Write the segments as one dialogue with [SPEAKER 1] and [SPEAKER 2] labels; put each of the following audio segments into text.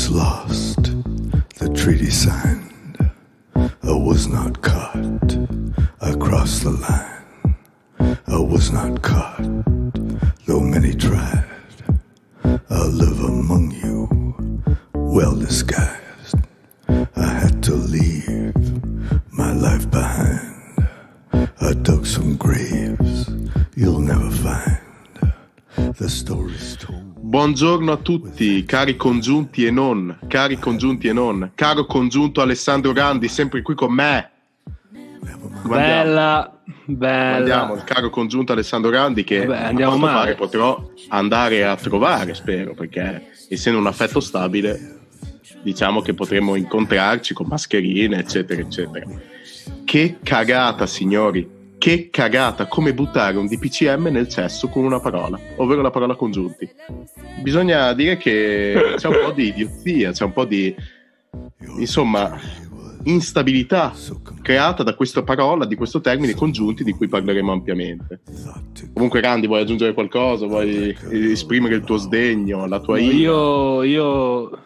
[SPEAKER 1] was lost, the treaty signed. I was not caught, I crossed the line. I was not caught, though many tried. I live among you, well disguised. I had to leave my life behind. I dug some graves you'll never find. The story's told.
[SPEAKER 2] Buongiorno a tutti, cari congiunti e non, caro congiunto Alessandro Grandi, sempre qui con me.
[SPEAKER 3] Bella.
[SPEAKER 2] Andiamo, il caro congiunto Alessandro Grandi che
[SPEAKER 3] andiamo male.
[SPEAKER 2] Potrò andare a trovare, spero, perché essendo un affetto stabile, diciamo che potremo incontrarci con mascherine, eccetera, eccetera. Che cagata, signori! Che cagata, come buttare un DPCM nel cesso con una parola, ovvero la parola congiunti. Bisogna dire che c'è un po' di idiozia, c'è un po' di, insomma, instabilità creata da questa parola, di questo termine congiunti di cui parleremo ampiamente. Comunque Randy, vuoi aggiungere qualcosa? Vuoi esprimere il tuo sdegno, la tua ira?
[SPEAKER 3] Io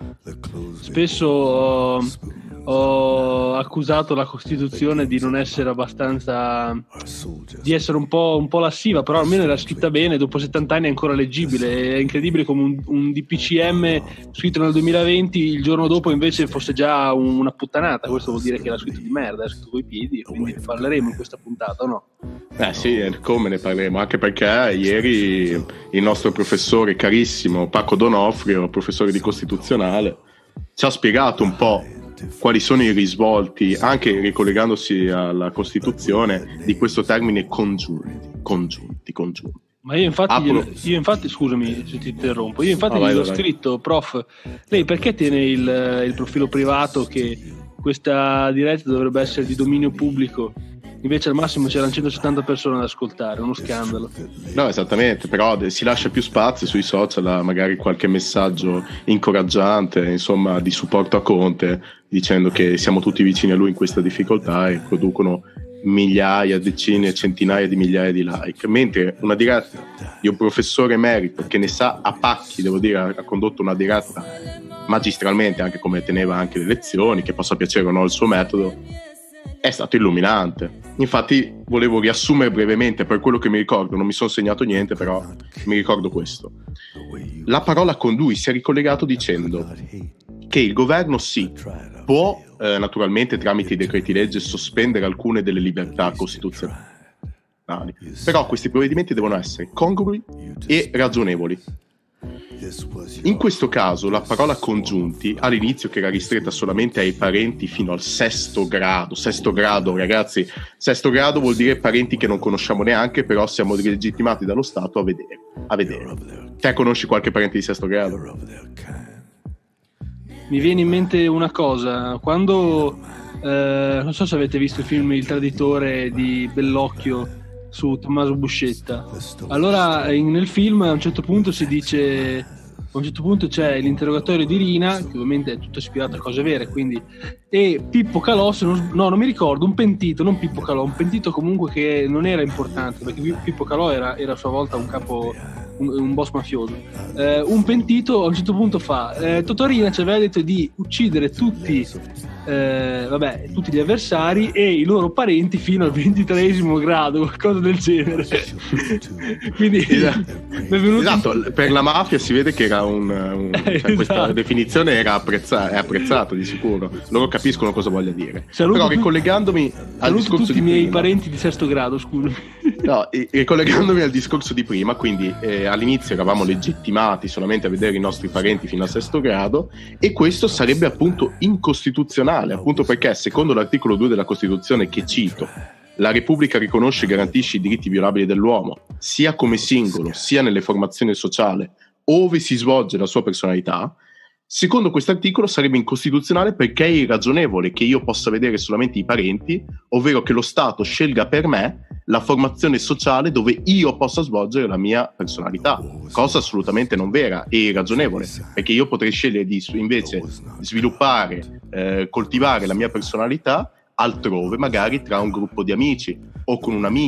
[SPEAKER 3] spesso ho accusato la Costituzione di non essere abbastanza, di essere un po' lassiva, però almeno era scritta bene, dopo 70 anni è ancora leggibile. È incredibile come un DPCM scritto nel 2020 il giorno dopo invece fosse già una puttanata. Questo vuol dire che era scritto di merda, era scritto coi piedi, quindi ne parleremo in questa puntata, o no?
[SPEAKER 2] Sì, come ne parleremo, anche perché ieri il nostro professore carissimo Paco Donofrio, professore di Costituzionale, ci ha spiegato un po' quali sono i risvolti, anche ricollegandosi alla Costituzione, di questo termine congiunti.
[SPEAKER 3] Ma io infatti scusami se ti interrompo, gli ho scritto: prof, lei perché tiene il profilo privato, che questa diretta dovrebbe essere di dominio pubblico, invece al massimo c'erano 170 persone ad ascoltare, uno scandalo.
[SPEAKER 2] No, esattamente, però si lascia più spazio sui social, magari qualche messaggio incoraggiante, insomma, di supporto a Conte, dicendo che siamo tutti vicini a lui in questa difficoltà, e producono migliaia, decine, centinaia di migliaia di like. Mentre una diretta di un professore emerito che ne sa a pacchi, devo dire, ha condotto una diretta magistralmente, anche come teneva anche le lezioni, che possa piacere o no il suo metodo, è stato illuminante. Infatti volevo riassumere brevemente, per quello che mi ricordo, non mi sono segnato niente, però mi ricordo questo. La parola condui si è ricollegato dicendo che il governo può naturalmente tramite i decreti legge sospendere alcune delle libertà costituzionali, però questi provvedimenti devono essere congrui e ragionevoli. In questo caso la parola congiunti, all'inizio, che era ristretta solamente ai parenti fino al sesto grado, ragazzi, sesto grado vuol dire parenti che non conosciamo neanche, però siamo legittimati dallo Stato a vedere. Te conosci qualche parente di sesto grado?
[SPEAKER 3] Mi viene in mente una cosa, quando non so se avete visto il film Il Traditore di Bellocchio su Tommaso Buscetta. Allora nel film a un certo punto c'è l'interrogatorio di Rina, che ovviamente è tutto ispirato a cose vere, quindi, e Pippo Calò, non mi ricordo, un pentito, non Pippo Calò, un pentito comunque che non era importante, perché Pippo Calò era a sua volta un capo, un boss mafioso. Un pentito a un certo punto fa: Totorina ci aveva detto di uccidere tutti gli avversari e i loro parenti fino al 23esimo grado, qualcosa del genere. Quindi
[SPEAKER 2] esatto, per la mafia si vede che era questa definizione è apprezzata di sicuro, loro capiscono cosa voglia dire. Però ricollegandomi al discorso
[SPEAKER 3] tutti
[SPEAKER 2] di
[SPEAKER 3] i miei
[SPEAKER 2] prima,
[SPEAKER 3] parenti di sesto grado, scusami.
[SPEAKER 2] No, ricollegandomi al discorso di prima, quindi all'inizio eravamo legittimati solamente a vedere i nostri parenti fino al sesto grado, e questo sarebbe appunto incostituzionale, appunto perché secondo l'articolo 2 della Costituzione, che cito: la Repubblica riconosce e garantisce i diritti violabili dell'uomo, sia come singolo, sia nelle formazioni sociali, ove si svolge la sua personalità. Secondo quest'articolo sarebbe incostituzionale perché è irragionevole che io possa vedere solamente i parenti, ovvero che lo Stato scelga per me la formazione sociale dove io possa svolgere la mia personalità, cosa assolutamente non vera e irragionevole, perché io potrei scegliere di invece sviluppare, coltivare la mia personalità altrove, magari tra un gruppo di amici o con un amico,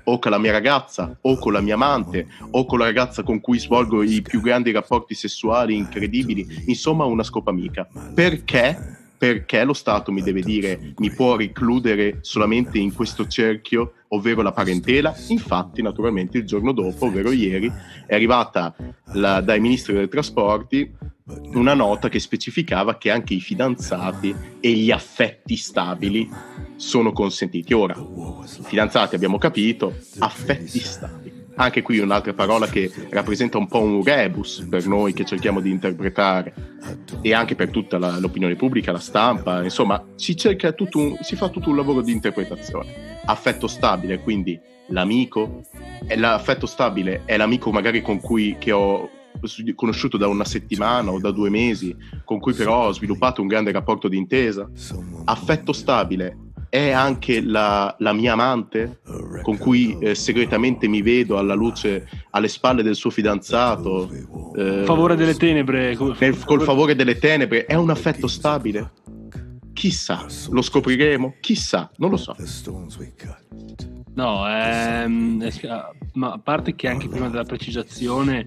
[SPEAKER 2] o con la mia ragazza, o con la mia amante, o con la ragazza con cui svolgo i più grandi rapporti sessuali incredibili, insomma una scopamica. Perché? Perché lo Stato mi deve dire mi può recludere solamente in questo cerchio, ovvero la parentela? Infatti, naturalmente, il giorno dopo, ovvero ieri, è arrivata dai ministri dei trasporti una nota che specificava che anche i fidanzati e gli affetti stabili sono consentiti. Ora, fidanzati abbiamo capito, affetti stabili. Anche qui un'altra parola che rappresenta un po' un rebus per noi che cerchiamo di interpretare, e anche per tutta l'opinione pubblica, la stampa, insomma si fa tutto un lavoro di interpretazione. Affetto stabile, quindi l'amico, l'affetto stabile è l'amico magari che ho conosciuto da una settimana o da 2 mesi, con cui però ho sviluppato un grande rapporto di intesa. Affetto stabile è anche la mia amante, con cui segretamente mi vedo alla luce, alle spalle del suo fidanzato,
[SPEAKER 3] favore delle tenebre,
[SPEAKER 2] col favore delle tenebre. È un affetto stabile? Chissà, lo scopriremo? Chissà, non lo so.
[SPEAKER 3] No, ma a parte che anche prima della precisazione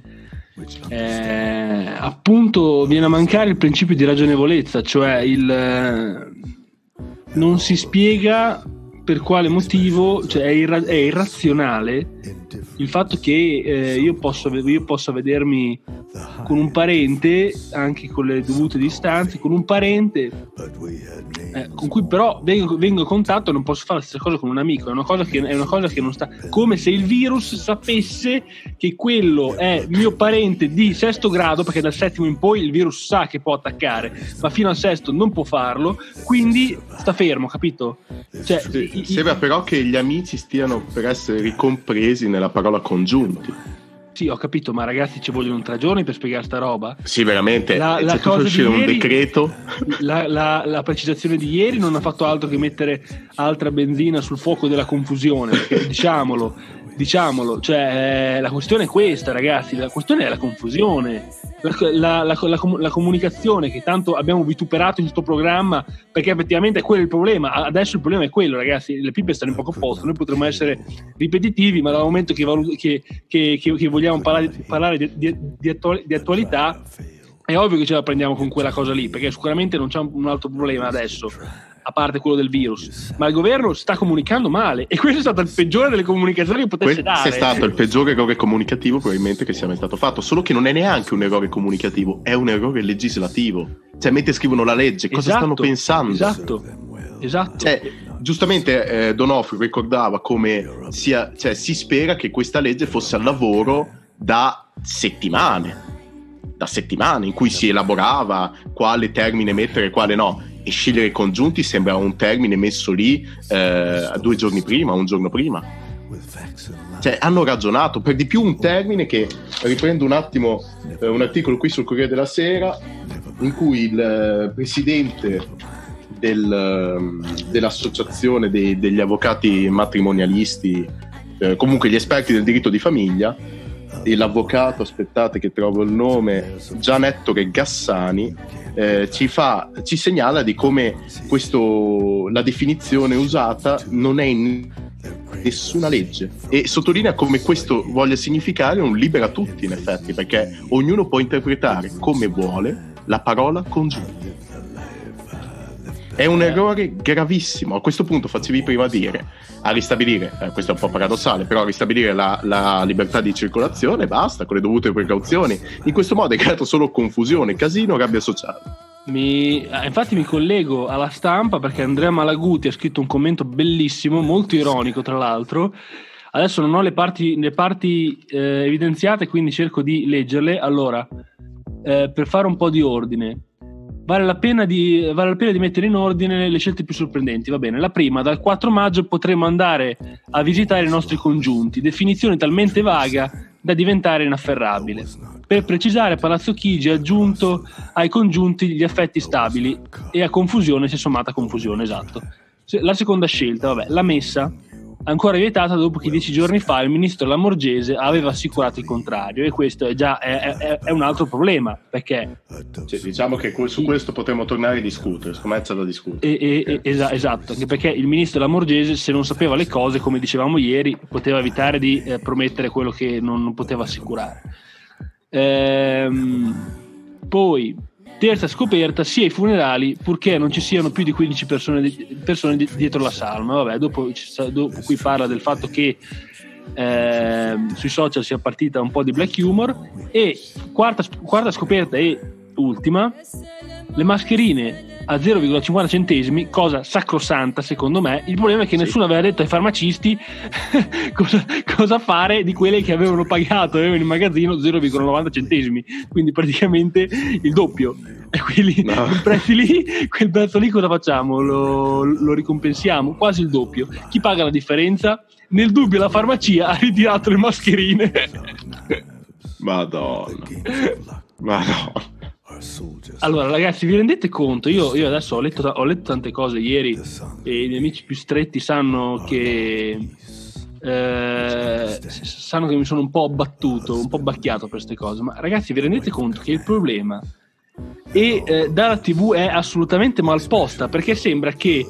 [SPEAKER 3] appunto viene a mancare il principio di ragionevolezza, cioè non si spiega per quale motivo, cioè è irrazionale il fatto che io possa vedermi con un parente, anche con le dovute distanze, con un parente con cui però vengo a contatto e non posso fare la stessa cosa con un amico. È una cosa che non sta, come se il virus sapesse che quello è mio parente di 6º grado, perché dal 7° in poi il virus sa che può attaccare, ma fino al 6° non può farlo, quindi sta fermo, capito? Cioè,
[SPEAKER 2] sembra però che gli amici stiano per essere ricompresi nella parola congiunti.
[SPEAKER 3] Sì, ho capito, ma ragazzi, ci vogliono 3 giorni per spiegare sta roba?
[SPEAKER 2] Sì, veramente.
[SPEAKER 3] La
[SPEAKER 2] cosa uscire un decreto.
[SPEAKER 3] La precisazione di ieri non ha fatto altro che mettere altra benzina sul fuoco della confusione. Diciamolo, cioè la questione è questa, ragazzi, la questione è la confusione, la comunicazione che tanto abbiamo vituperato in questo programma, perché effettivamente è quello il problema. Adesso il problema è quello, ragazzi, le pippe stanno in poco posto, noi potremmo essere ripetitivi, ma dal momento che vogliamo parlare di attualità, è ovvio che ce la prendiamo con quella cosa lì, perché sicuramente non c'è un altro problema adesso, a parte quello del virus, ma il governo sta comunicando male, e questo è stato il peggiore delle comunicazioni che potesse dare.
[SPEAKER 2] Questo è stato il peggiore errore comunicativo probabilmente che sia mai stato fatto, solo che non è neanche un errore comunicativo, è un errore legislativo. Cioè, mentre scrivono la legge, cosa stanno pensando?
[SPEAKER 3] Esatto.
[SPEAKER 2] Cioè, giustamente Donofrio ricordava come si spera che questa legge fosse al lavoro da settimane in cui si elaborava quale termine mettere e quale no, e scegliere i congiunti sembra un termine messo lì 2 giorni prima, un giorno prima. Cioè, hanno ragionato, per di più un termine che, riprendo un attimo un articolo qui sul Corriere della Sera, in cui il presidente dell'associazione degli avvocati matrimonialisti, comunque gli esperti del diritto di famiglia, e l'avvocato, aspettate che trovo il nome, Gianettore Gassani, ci segnala di come la definizione usata non è in nessuna legge, e sottolinea come questo voglia significare un libera tutti, in effetti, perché ognuno può interpretare come vuole la parola congiunti. È un errore gravissimo. A questo punto facevi prima dire a ristabilire, questo è un po' paradossale, però a ristabilire la libertà di circolazione, basta, con le dovute precauzioni. In questo modo hai creato solo confusione, casino, rabbia sociale.
[SPEAKER 3] Infatti mi collego alla Stampa, perché Andrea Malaguti ha scritto un commento bellissimo, molto ironico tra l'altro. Adesso non ho le parti evidenziate, quindi cerco di leggerle. Allora, per fare un po' di ordine, vale la pena di mettere in ordine le scelte più sorprendenti. Va bene, la prima: dal 4 maggio potremo andare a visitare i nostri congiunti, definizione talmente vaga da diventare inafferrabile. Per precisare, Palazzo Chigi ha aggiunto ai congiunti gli affetti stabili, e a confusione si è sommata confusione. Esatto. La seconda scelta, la messa. ancora vietata dopo che 10 giorni fa il ministro Lamorgese aveva assicurato il contrario, e questo è già è un altro problema, perché
[SPEAKER 2] diciamo che su questo potremmo tornare a discutere, secondo me c'è da discutere.
[SPEAKER 3] Esatto, anche perché il ministro Lamorgese, se non sapeva le cose, come dicevamo ieri, poteva evitare di promettere quello che non poteva assicurare. Poi terza scoperta, sia i funerali, purché non ci siano più di 15 persone dietro la salma. Vabbè, dopo qui parla del fatto che sui social sia partita un po' di black humor. E quarta scoperta e ultima, le mascherine a 0,50 centesimi, cosa sacrosanta secondo me. Il problema è che nessuno aveva detto ai farmacisti cosa fare di quelle che avevano in magazzino 0,90 centesimi, quindi praticamente il doppio. E quindi quel prezzo lì cosa facciamo? Lo ricompensiamo? Quasi il doppio. Chi paga la differenza? Nel dubbio la farmacia ha ritirato le mascherine.
[SPEAKER 2] Madonna.
[SPEAKER 3] Allora ragazzi, vi rendete conto? Io adesso ho letto tante cose ieri, e i miei amici più stretti sanno che mi sono un po' abbattuto, un po' bacchiato per queste cose. Ma ragazzi, vi rendete conto che il problema dalla TV è assolutamente malposta, perché sembra che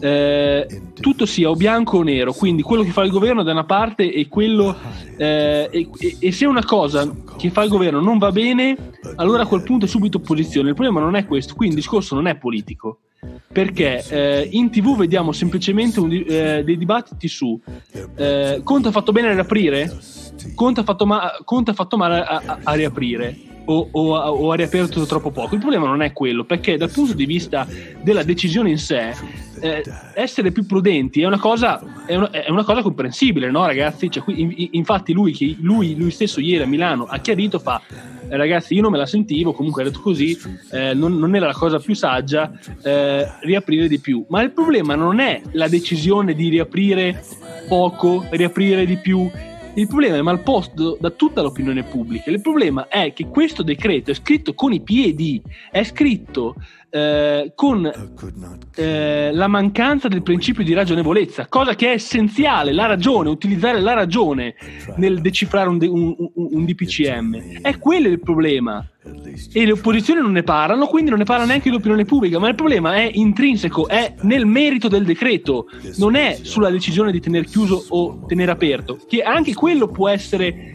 [SPEAKER 3] tutto sia o bianco o nero, quindi quello che fa il governo da una parte e quello e se una cosa che fa il governo non va bene, allora a quel punto è subito opposizione. Il problema non è questo, qui il discorso non è politico, perché in TV vediamo semplicemente dei dibattiti su Conte ha fatto bene a riaprire, Conte ha fatto male a riaprire, o ha riaperto troppo poco. Il problema non è quello, perché dal punto di vista della decisione in sé, essere più prudenti è una cosa comprensibile, no ragazzi? Cioè, infatti lui stesso ieri a Milano ha chiarito, ragazzi, io non me la sentivo, comunque ha detto così, non era la cosa più saggia riaprire di più. Ma il problema non è la decisione di riaprire poco, riaprire di più. Il problema è malposto da tutta l'opinione pubblica. Il problema è che questo decreto è scritto con i piedi, è scritto con la mancanza del principio di ragionevolezza, cosa che è essenziale, la ragione, utilizzare la ragione nel decifrare un DPCM. È quello il problema. E le opposizioni non ne parlano, quindi non ne parla neanche l'opinione pubblica. Ma il problema è intrinseco, è nel merito del decreto, non è sulla decisione di tenere chiuso o tenere aperto, che anche quello può essere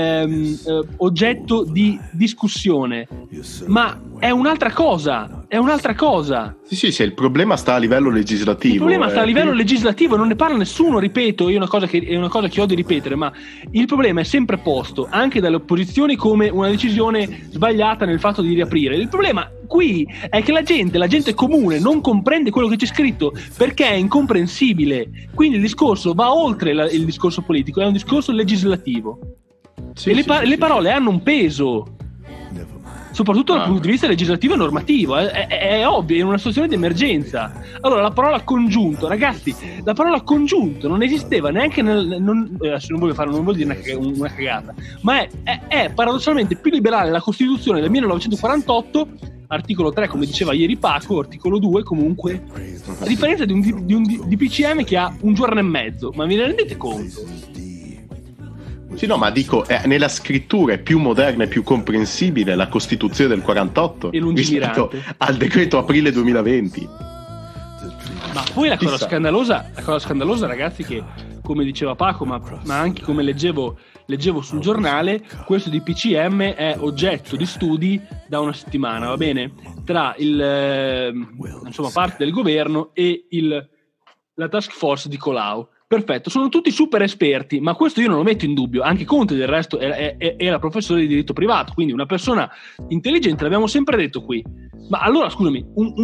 [SPEAKER 3] oggetto di discussione, ma è un'altra cosa.
[SPEAKER 2] Sì, il problema sta a livello legislativo.
[SPEAKER 3] Il problema sta a livello legislativo, non ne parla nessuno, ripeto, è una cosa che odio ripetere, ma il problema è sempre posto anche dalle opposizioni come una decisione sbagliata nel fatto di riaprire. Il problema qui è che la gente comune non comprende quello che c'è scritto, perché è incomprensibile. Quindi il discorso va oltre il discorso politico, è un discorso legislativo. Le parole hanno un peso, soprattutto dal punto di vista legislativo e normativo. È ovvio, in una situazione di emergenza. Allora la parola congiunto, ragazzi, la parola congiunto non esisteva neanche adesso non voglio dire una cagata, ma è paradossalmente più liberale la Costituzione del 1948, articolo 3 come diceva ieri Paco, articolo 2 comunque, a differenza di un DPCM che ha un giorno e mezzo. Ma vi rendete conto?
[SPEAKER 2] Sì, no, ma dico, nella scrittura è più moderna e più comprensibile la Costituzione del 48 rispetto al decreto aprile 2020.
[SPEAKER 3] Ma poi la cosa scandalosa, ragazzi, che come diceva Paco, ma anche come leggevo sul giornale, questo DPCM è oggetto di studi da una settimana, va bene? Tra parte del governo e la task force di Colau. Perfetto, sono tutti super esperti, ma questo io non lo metto in dubbio. Anche Conte del resto era professore di diritto privato, quindi una persona intelligente, l'abbiamo sempre detto qui. Ma allora scusami,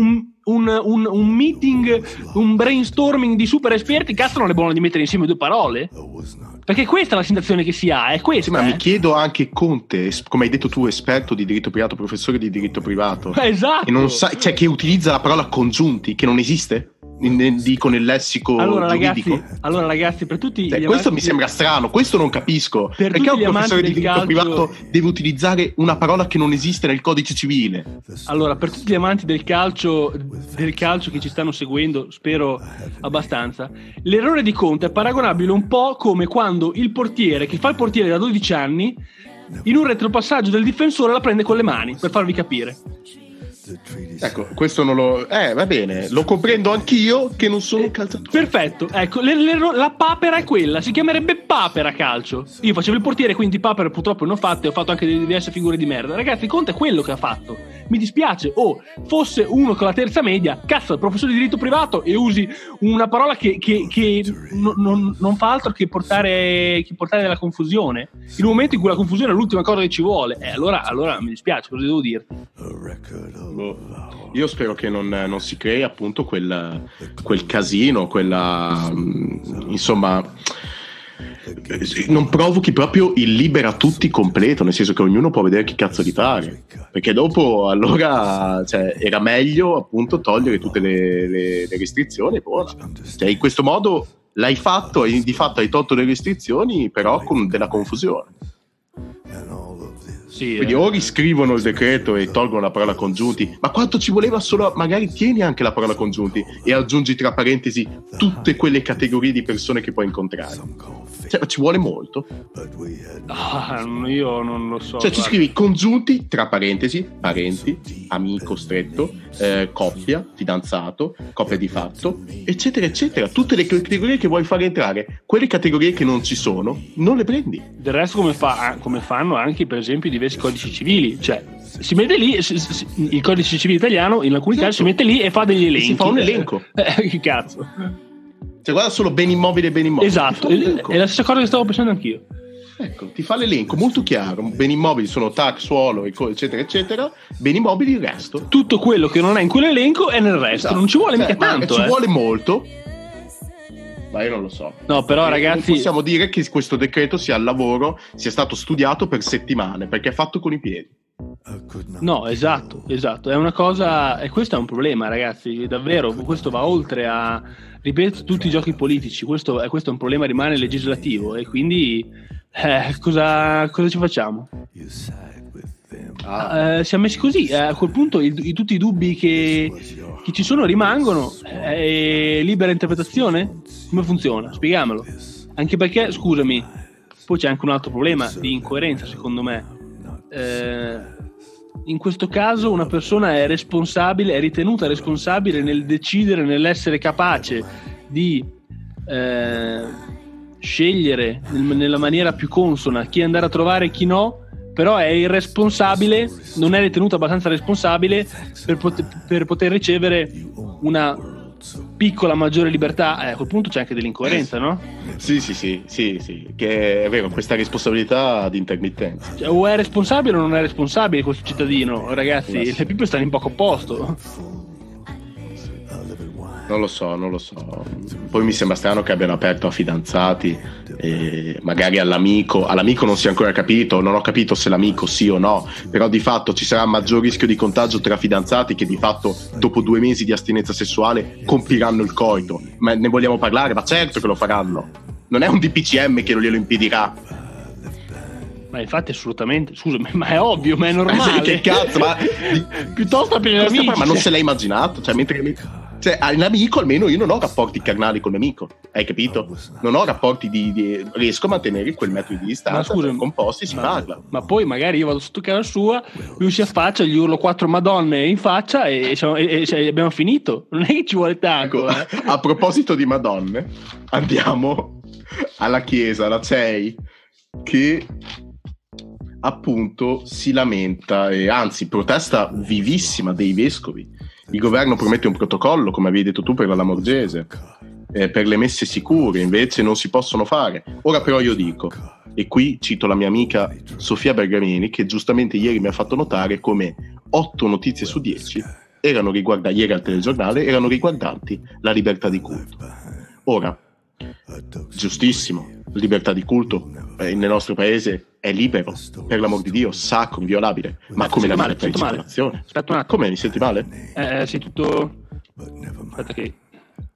[SPEAKER 3] un meeting, un brainstorming di super esperti, cazzo, non è buono di mettere insieme due parole? Perché questa è la sensazione che si ha, è questa.
[SPEAKER 2] Ma mi chiedo anche Conte, come hai detto tu, esperto di diritto privato, professore di diritto privato.
[SPEAKER 3] Esatto.
[SPEAKER 2] E non sa, cioè, che utilizza la parola congiunti, che non esiste? dico nel lessico giuridico.
[SPEAKER 3] Allora ragazzi, per tutti
[SPEAKER 2] questo mi sembra strano, questo non capisco. Perché un professore di diritto privato deve utilizzare una parola che non esiste nel codice civile?
[SPEAKER 3] Allora, per tutti gli amanti del calcio che ci stanno seguendo, spero abbastanza, l'errore di Conte è paragonabile un po' come quando il portiere che fa il portiere da 12 anni in un retropassaggio del difensore la prende con le mani, per farvi capire.
[SPEAKER 2] Ecco, questo non lo... va bene, lo comprendo anch'io che non sono un calciatore.
[SPEAKER 3] Perfetto, ecco, la papera è quella, si chiamerebbe papera calcio. Io facevo il portiere, quindi papera purtroppo non ho fatto, e ho fatto anche delle diverse figure di merda. Ragazzi, Conte è quello che ha fatto. Mi dispiace, fosse uno con la terza media, cazzo, il professore di diritto privato, e usi una parola che non fa altro che portare della confusione. In un momento in cui la confusione è l'ultima cosa che ci vuole, allora mi dispiace, cosa devo dirti?
[SPEAKER 2] Io spero che non si crei appunto quel casino, quella insomma, non provochi proprio il libera tutti completo, nel senso che ognuno può vedere chi cazzo gli pare, perché dopo allora era meglio appunto togliere tutte le restrizioni, in questo modo l'hai fatto e di fatto hai tolto le restrizioni, però con della confusione.
[SPEAKER 3] Sì,
[SPEAKER 2] quindi o riscrivono il decreto e tolgono la parola congiunti, ma quanto ci voleva solo, magari tieni anche la parola congiunti e aggiungi tra parentesi tutte quelle categorie di persone che puoi incontrare. Ci vuole molto.
[SPEAKER 3] Io non lo so.
[SPEAKER 2] Ci scrivi congiunti tra parentesi, parenti, amico stretto, coppia, fidanzato, coppia di fatto, eccetera eccetera, tutte le categorie che vuoi fare entrare. Quelle categorie che non ci sono non le prendi.
[SPEAKER 3] Del resto come fanno anche per esempio diversi codici civili, si mette lì il codice civile italiano in alcuni casi si mette lì e fa degli elenchi,
[SPEAKER 2] si fa un elenco.
[SPEAKER 3] Che cazzo,
[SPEAKER 2] guarda solo beni immobili e beni immobili,
[SPEAKER 3] esatto, è la stessa cosa che stavo pensando anch'io.
[SPEAKER 2] Ecco, ti fa l'elenco molto chiaro. Beni immobili sono tax, suolo, eccetera eccetera. Beni immobili il resto.
[SPEAKER 3] Tutto quello che non è in quell'elenco è nel resto.
[SPEAKER 2] Esatto.
[SPEAKER 3] Non ci vuole mica tanto.
[SPEAKER 2] Ci vuole molto. Ma io non lo so.
[SPEAKER 3] No, però ragazzi,
[SPEAKER 2] possiamo dire che questo decreto sia al lavoro, sia stato studiato per settimane, perché è fatto con i piedi.
[SPEAKER 3] No, esatto, è una cosa, e questo è un problema, ragazzi, davvero, questo va oltre a, ripeto, tutti i giochi politici, questo è un problema, rimane legislativo, e quindi cosa ci facciamo? Siamo messi così, a quel punto tutti i dubbi che ci sono rimangono, libera interpretazione? Come funziona? Spiegamelo. Anche perché, scusami, poi c'è anche un altro problema di incoerenza, secondo me. In questo caso una persona è ritenuta responsabile nel decidere, nell'essere capace di scegliere nella maniera più consona chi andare a trovare e chi no, però è irresponsabile, non è ritenuto abbastanza responsabile per poter ricevere una piccola maggiore libertà. A quel punto c'è anche dell'incoerenza, no?
[SPEAKER 2] Sì, che è vero, questa responsabilità di intermittenza.
[SPEAKER 3] O è responsabile o non è responsabile questo cittadino, ragazzi, le pippe stanno in poco posto.
[SPEAKER 2] Non lo so. Poi mi sembra strano che abbiano aperto a fidanzati, e magari all'amico non si è ancora capito, non ho capito se l'amico sì o no, però di fatto ci sarà maggior rischio di contagio tra fidanzati che di fatto dopo 2 mesi di astinenza sessuale compiranno il coito. Ma ne vogliamo parlare? Ma certo che lo faranno, non è un DPCM che non glielo impedirà.
[SPEAKER 3] Ma infatti assolutamente, scusami, ma è ovvio, ma è normale.
[SPEAKER 2] Che cazzo, ma
[SPEAKER 3] piuttosto per gli amici.
[SPEAKER 2] Ma non se l'hai immaginato? L'amico, almeno io non ho rapporti carnali con l'amico, hai capito? Non ho rapporti riesco a mantenere quel metro di distanza, composti, si parla. Ma
[SPEAKER 3] poi magari io vado sotto casa sua, lui si affaccia, gli urlo 4 madonne in faccia e abbiamo finito. Non è che ci vuole tanto.
[SPEAKER 2] Ecco, a proposito di madonne, andiamo alla chiesa, la CEI, che appunto si lamenta e anzi protesta vivissima dei vescovi. Il governo promette un protocollo, come avevi detto tu, per la Lamorgese, per le messe sicure, invece non si possono fare. Ora però io dico, e qui cito la mia amica Sofia Bergamini, che giustamente ieri mi ha fatto notare come 8 notizie su 10 ieri al telegiornale erano riguardanti la libertà di culto. Ora, giustissimo, libertà di culto nel nostro paese è libero, per l'amor di Dio, sacro, inviolabile, ma come la libertà di circolazione?
[SPEAKER 3] Aspetta un attimo.
[SPEAKER 2] Come, mi senti male?
[SPEAKER 3] Sì, tutto. Aspetta che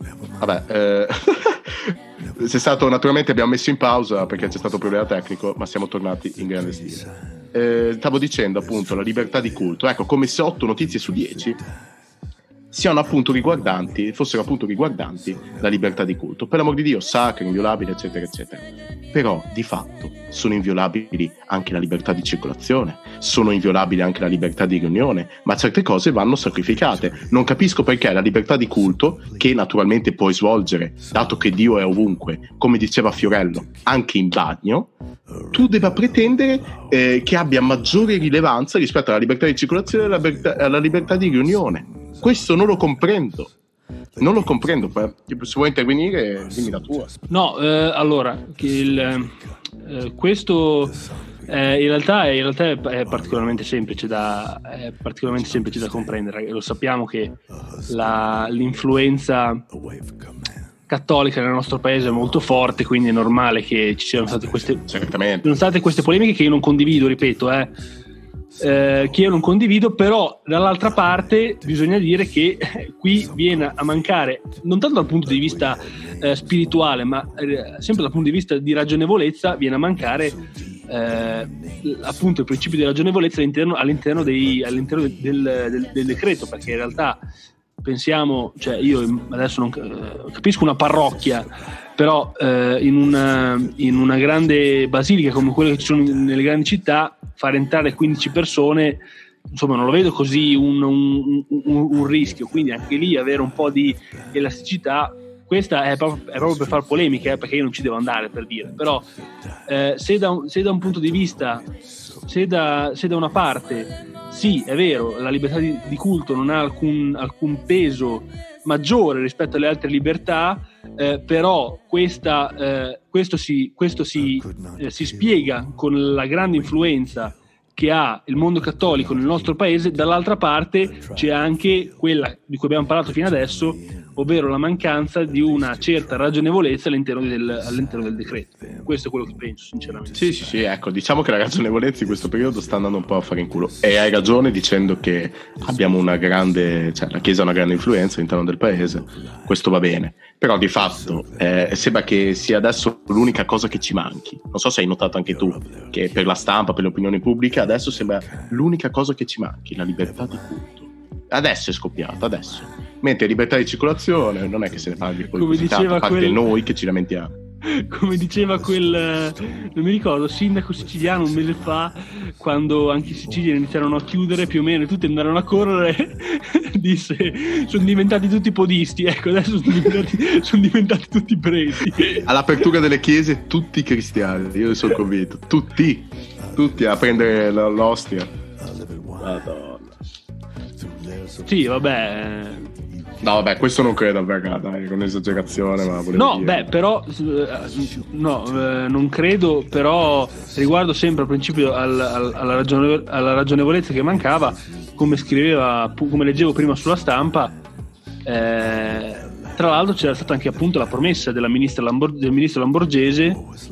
[SPEAKER 2] Vabbè, c'è stato, naturalmente abbiamo messo in pausa perché c'è stato un problema tecnico, ma siamo tornati in grande stile. Stavo dicendo appunto la libertà di culto, ecco, come se 8 notizie su 10 fossero appunto riguardanti la libertà di culto, per l'amor di Dio, sacra, inviolabile, eccetera eccetera. Però di fatto sono inviolabili anche la libertà di circolazione, sono inviolabili anche la libertà di riunione, ma certe cose vanno sacrificate. Non capisco perché la libertà di culto, che naturalmente puoi svolgere, dato che Dio è ovunque, come diceva Fiorello, anche in bagno, tu debba pretendere che abbia maggiore rilevanza rispetto alla libertà di circolazione e alla libertà di riunione. Questo non lo comprendo. Se vuoi intervenire, dimmi la tua.
[SPEAKER 3] No, allora, questo in realtà è particolarmente semplice da comprendere. Lo sappiamo che l'influenza cattolica nel nostro paese è molto forte, quindi è normale che ci siano state queste polemiche che io non condivido, ripeto, che io non condivido, però dall'altra parte bisogna dire che qui viene a mancare, non tanto dal punto di vista spirituale, ma sempre dal punto di vista di ragionevolezza, viene a mancare appunto il principio di ragionevolezza all'interno del decreto, perché in realtà pensiamo, cioè io adesso non capisco una parrocchia, però in una grande basilica come quelle che ci sono nelle grandi città, fare entrare 15 persone, insomma, non lo vedo così un rischio, quindi anche lì avere un po' di elasticità. Questa è proprio per far polemiche, perché io non ci devo andare, per dire, però se da un punto di vista, se da una parte sì, è vero, la libertà di culto non ha alcun peso maggiore rispetto alle altre libertà, però questo si spiega con la grande influenza che ha il mondo cattolico nel nostro paese. Dall'altra parte c'è anche quella di cui abbiamo parlato fino adesso, ovvero la mancanza di una certa ragionevolezza all'interno del decreto. Questo è quello che penso, sinceramente.
[SPEAKER 2] Sì, ecco, diciamo che la ragionevolezza in questo periodo sta andando un po' a fare in culo, e hai ragione dicendo che abbiamo la Chiesa ha una grande influenza all'interno del paese, questo va bene, però di fatto sembra che sia adesso l'unica cosa che ci manchi. Non so se hai notato anche tu che per la stampa, per le opinioni pubbliche, adesso sembra l'unica cosa che ci manchi, la libertà di culto. Adesso è scoppiata, mentre libertà di circolazione non è che se ne parli poi così tanto, a parte noi che ci lamentiamo.
[SPEAKER 3] Come diceva non mi ricordo, sindaco siciliano un mese fa, quando anche in Sicilia iniziarono a chiudere più o meno, tutti andarono a correre, disse: sono diventati tutti podisti, ecco, adesso sono diventati tutti preti.
[SPEAKER 2] All'apertura delle chiese tutti cristiani, io sono convinto, tutti a prendere l'ostia. Madonna.
[SPEAKER 3] Sì, vabbè.
[SPEAKER 2] No, vabbè, questo non credo avverrà, dai, con esagerazione, ma volevo
[SPEAKER 3] no,
[SPEAKER 2] dire.
[SPEAKER 3] Beh, però non credo, però riguardo sempre al principio alla ragionevolezza che mancava, come leggevo prima sulla stampa, tra l'altro c'era stata anche appunto la promessa del ministro Lamborghese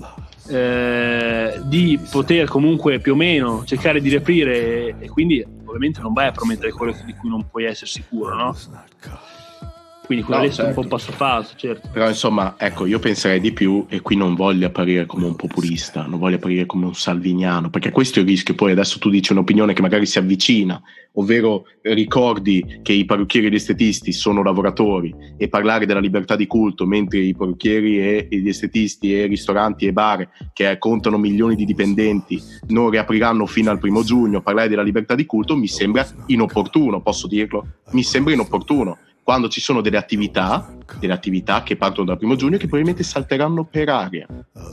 [SPEAKER 3] di poter comunque più o meno cercare di riaprire, e quindi ovviamente non vai a promettere quello di cui non puoi essere sicuro, no? Quindi quello lì è un po' un passo falso, certo.
[SPEAKER 2] Però insomma, ecco, io penserei di più, e qui non voglio apparire come un populista, non voglio apparire come un salviniano, perché questo è il rischio. Poi adesso tu dici un'opinione che magari si avvicina, ovvero ricordi che i parrucchieri e gli estetisti sono lavoratori, e parlare della libertà di culto mentre i parrucchieri e gli estetisti e ristoranti e bar, che contano milioni di dipendenti, non riapriranno fino al 1 giugno, parlare della libertà di culto mi sembra inopportuno, posso dirlo? Mi sembra inopportuno, quando ci sono delle attività che partono dal 1 giugno che probabilmente salteranno per aria.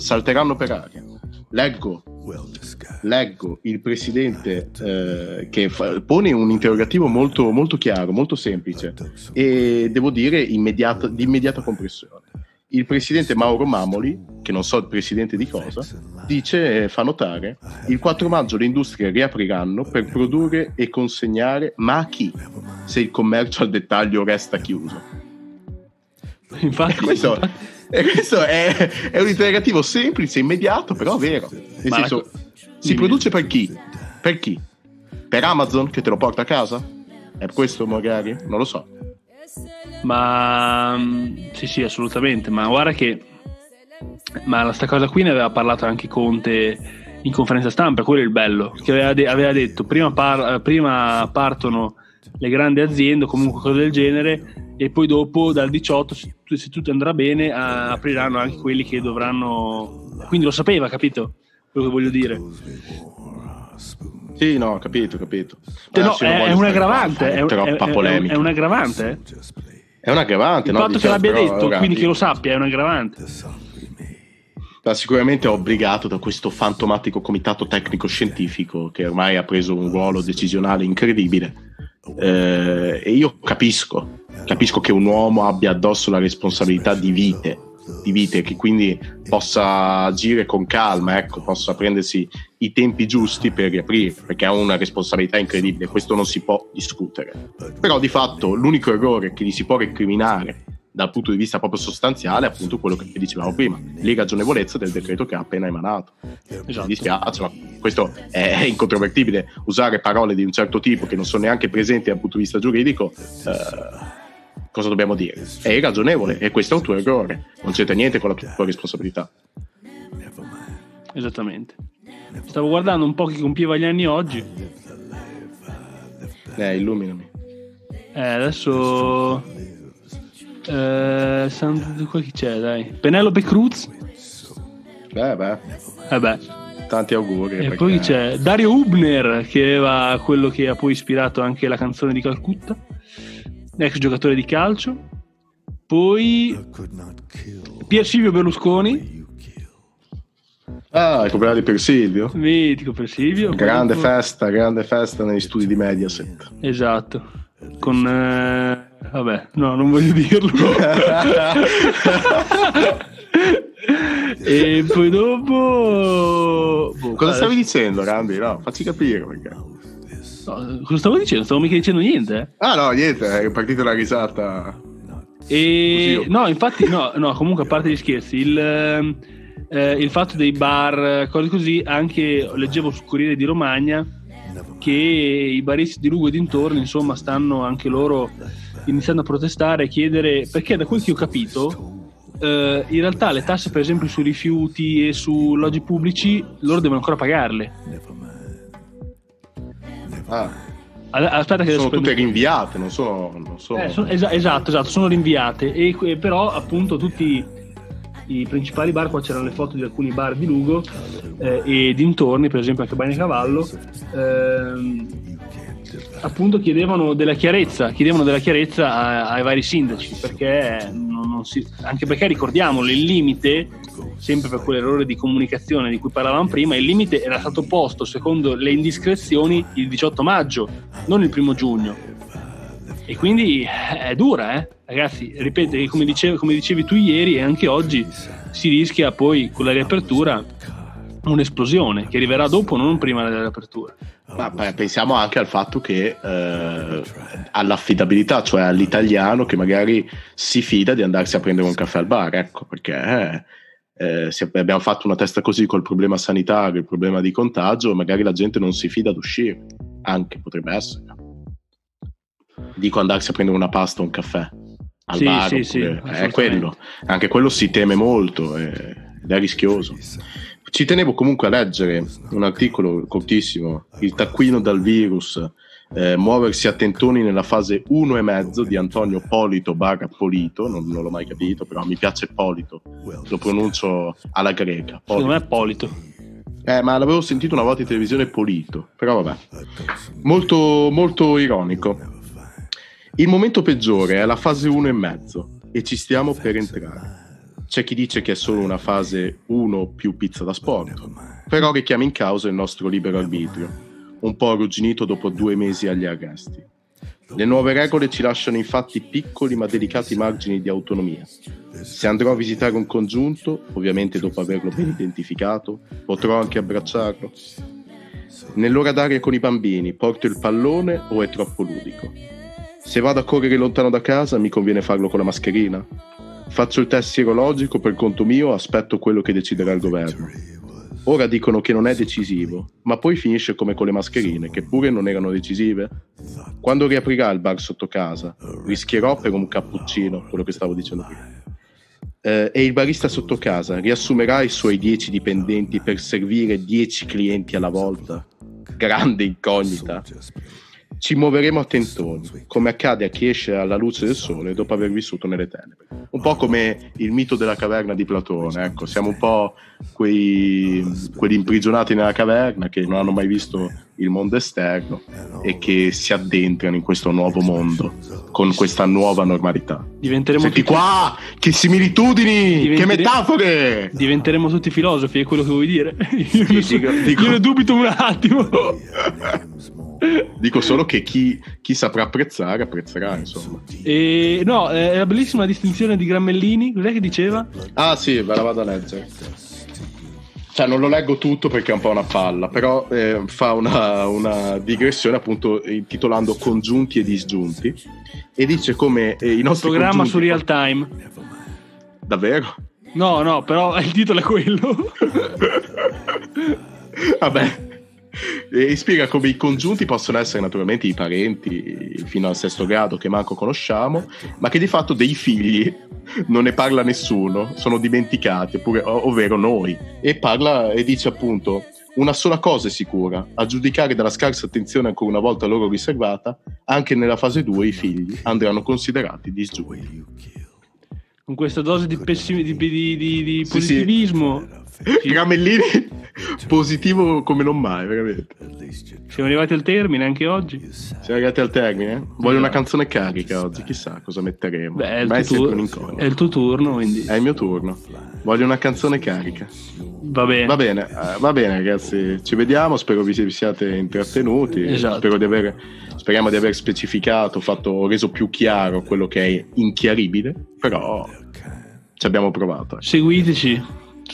[SPEAKER 2] Leggo il presidente che pone un interrogativo molto, molto chiaro, molto semplice, e devo dire di immediata compressione. Il presidente Mauro Mamoli, che non so il presidente di cosa, fa notare: il 4 maggio le industrie riapriranno per produrre e consegnare, ma a chi? Se il commercio al dettaglio resta chiuso.
[SPEAKER 3] Infatti,
[SPEAKER 2] questo è un interrogativo semplice, immediato, però vero. Nel senso, si produce per chi? Per chi? Per Amazon che te lo porta a casa? È questo magari? Non lo so.
[SPEAKER 3] Ma sì, assolutamente. Ma guarda che sta cosa qui ne aveva parlato anche Conte in conferenza stampa, quello è il bello, che aveva detto prima partono le grandi aziende o comunque cose del genere, e poi dopo dal 18, se tutto andrà bene, apriranno anche quelli che dovranno, quindi lo sapeva, capito quello che voglio dire?
[SPEAKER 2] Sì, no, capito.
[SPEAKER 3] No, è un aggravante, è
[SPEAKER 2] troppa polemica.
[SPEAKER 3] È un aggravante.
[SPEAKER 2] È un aggravante,
[SPEAKER 3] il
[SPEAKER 2] no?
[SPEAKER 3] fatto che l'abbia detto, quindi che lo sappia, è un aggravante.
[SPEAKER 2] Sicuramente è obbligato da questo fantomatico comitato tecnico scientifico che ormai ha preso un ruolo decisionale incredibile, e io capisco che un uomo abbia addosso la responsabilità di vite, che quindi possa agire con calma, ecco, possa prendersi i tempi giusti per riaprire, perché ha una responsabilità incredibile, questo non si può discutere. Però di fatto l'unico errore che gli si può recriminare dal punto di vista proprio sostanziale è appunto quello che dicevamo prima, l'irragionevolezza del decreto che ha appena emanato.
[SPEAKER 3] Esatto.
[SPEAKER 2] Mi dispiace, ma questo è incontrovertibile. Usare parole di un certo tipo che non sono neanche presenti dal punto di vista giuridico, cosa dobbiamo dire? È irragionevole, e questo è un tuo errore, non c'entra niente con la tua responsabilità.
[SPEAKER 3] Esattamente. Stavo guardando un po' chi compieva gli anni oggi.
[SPEAKER 2] Illuminami.
[SPEAKER 3] Adesso qua chi c'è, dai? Penelope Cruz.
[SPEAKER 2] Beh. Tanti auguri.
[SPEAKER 3] E poi c'è Dario Hübner, che aveva quello che ha poi ispirato anche la canzone di Calcutta, ex giocatore di calcio. Poi Pier Silvio Berlusconi.
[SPEAKER 2] Il compleanno di Persilvio.
[SPEAKER 3] Mitico Persilvio.
[SPEAKER 2] Grande festa negli studi di Mediaset.
[SPEAKER 3] Esatto. Con vabbè, no, non voglio dirlo. E poi dopo
[SPEAKER 2] cosa stavi dicendo, Rambi? No, facci capire perché.
[SPEAKER 3] No, cosa stavo dicendo? Stavo mica dicendo niente.
[SPEAKER 2] No, niente, è partita la risata.
[SPEAKER 3] E no, infatti no, comunque a parte gli scherzi, il fatto dei bar, cose così, anche leggevo sul Corriere di Romagna che i baristi di Lugo e dintorni, insomma, stanno anche loro iniziando a protestare e chiedere, perché da quel che ho capito in realtà le tasse, per esempio, sui rifiuti e su alloggi pubblici loro devono ancora pagarle. Aspetta che
[SPEAKER 2] sono tutte rinviate, non sono...
[SPEAKER 3] Esatto, sono rinviate, e però appunto tutti i principali bar, qua c'erano le foto di alcuni bar di Lugo e dintorni, per esempio anche Bagnacavallo, appunto chiedevano della chiarezza ai vari sindaci, perché anche perché ricordiamolo, il limite, sempre per quell'errore di comunicazione di cui parlavamo prima, il limite era stato posto secondo le indiscrezioni il 18 maggio, non il 1 giugno, e quindi è dura, ragazzi, ripeto, come dicevi tu ieri e anche oggi, si rischia poi con la riapertura un'esplosione che arriverà dopo, non prima della riapertura.
[SPEAKER 2] Ma pensiamo anche al fatto che all'affidabilità, cioè all'italiano che magari si fida di andarsi a prendere un caffè al bar, ecco, perché se abbiamo fatto una testa così col problema sanitario, il problema di contagio, magari la gente non si fida ad uscire, anche potrebbe essere. Dico andarsi a prendere una pasta o un caffè al bar,
[SPEAKER 3] sì,
[SPEAKER 2] è quello, anche quello si teme molto ed è rischioso. Ci tenevo comunque a leggere un articolo cortissimo, Il taccuino dal virus, muoversi a tentoni nella fase 1,5 di Antonio Polito Polito, non l'ho mai capito, però mi piace Polito, lo pronuncio alla greca.
[SPEAKER 3] Secondo me è Polito.
[SPEAKER 2] Ma l'avevo sentito una volta in televisione Polito, però vabbè, molto, molto ironico. Il momento peggiore è la fase 1,5 e ci stiamo per entrare. C'è chi dice che è solo una fase 1 più pizza da sport, però richiama in causa il nostro libero arbitrio, un po' arrugginito dopo 2 mesi agli arresti. Le nuove regole ci lasciano infatti piccoli ma delicati margini di autonomia. Se andrò a visitare un congiunto, ovviamente dopo averlo ben identificato, potrò anche abbracciarlo. Nell'ora d'aria con i bambini, porto il pallone o è troppo ludico? Se vado a correre lontano da casa, mi conviene farlo con la mascherina? Faccio il test sierologico per conto mio, aspetto quello che deciderà il governo. Ora dicono che non è decisivo, ma poi finisce come con le mascherine, che pure non erano decisive. Quando riaprirà il bar sotto casa, rischierò per un cappuccino, quello che stavo dicendo prima. E il barista sotto casa riassumerà i suoi 10 dipendenti per servire 10 clienti alla volta. Grande incognita. Ci muoveremo a tentoni, come accade a chi esce alla luce del sole dopo aver vissuto nelle tenebre. Un po' come il mito della caverna di Platone, ecco, siamo un po' quelli imprigionati nella caverna che non hanno mai visto il mondo esterno e che si addentrano in questo nuovo mondo con questa nuova normalità.
[SPEAKER 3] Diventeremo
[SPEAKER 2] Senti
[SPEAKER 3] tutti...
[SPEAKER 2] qua, che similitudini, che metafore!
[SPEAKER 3] Diventeremo tutti filosofi, è quello che vuoi dire?
[SPEAKER 2] Dico...
[SPEAKER 3] Io ne dubito un attimo.
[SPEAKER 2] Dico solo che chi saprà apprezzare apprezzerà, insomma.
[SPEAKER 3] E no, è la bellissima distinzione di Gramellini. Cos'è che diceva?
[SPEAKER 2] Ah sì, ve la vado a leggere. Cioè non lo leggo tutto perché è un po' una palla, però fa una digressione appunto intitolando congiunti e disgiunti e dice come i nostri
[SPEAKER 3] programma
[SPEAKER 2] congiunti...
[SPEAKER 3] su Real Time.
[SPEAKER 2] Davvero?
[SPEAKER 3] No, però il titolo è quello.
[SPEAKER 2] Vabbè. E spiega come i congiunti possono essere naturalmente i parenti fino al 6º grado che manco conosciamo, ma che di fatto dei figli non ne parla nessuno, sono dimenticati, ovvero noi. E parla e dice appunto: una sola cosa è sicura, a giudicare dalla scarsa attenzione ancora una volta loro riservata, anche nella fase 2 i figli andranno considerati disgiunti.
[SPEAKER 3] Con questa dose di di positivismo.
[SPEAKER 2] Sì. Gramellini positivo come non mai, veramente.
[SPEAKER 3] Siamo arrivati al termine anche oggi.
[SPEAKER 2] Siamo arrivati al termine? Voglio una canzone carica oggi, chissà cosa metteremo.
[SPEAKER 3] Beh, è il tuo turno, quindi.
[SPEAKER 2] È il mio turno. Voglio una canzone carica.
[SPEAKER 3] Va bene,
[SPEAKER 2] ragazzi. Ci vediamo. Spero vi siate intrattenuti.
[SPEAKER 3] Esatto.
[SPEAKER 2] Speriamo di aver specificato, reso più chiaro quello che è inchiaribile. Però ci abbiamo provato.
[SPEAKER 3] Seguiteci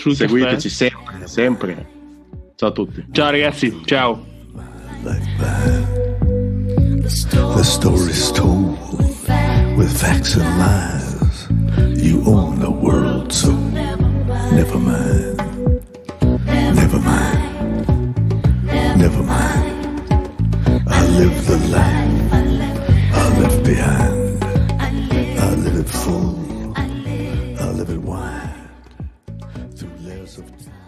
[SPEAKER 2] sempre. Ciao a tutti.
[SPEAKER 3] Ciao ragazzi, ciao.
[SPEAKER 1] The story's told with facts and lies. You own the world, so never mind. Never mind. Never mind. I live the life I left behind. I live it full. I live it wide. Through layers of time.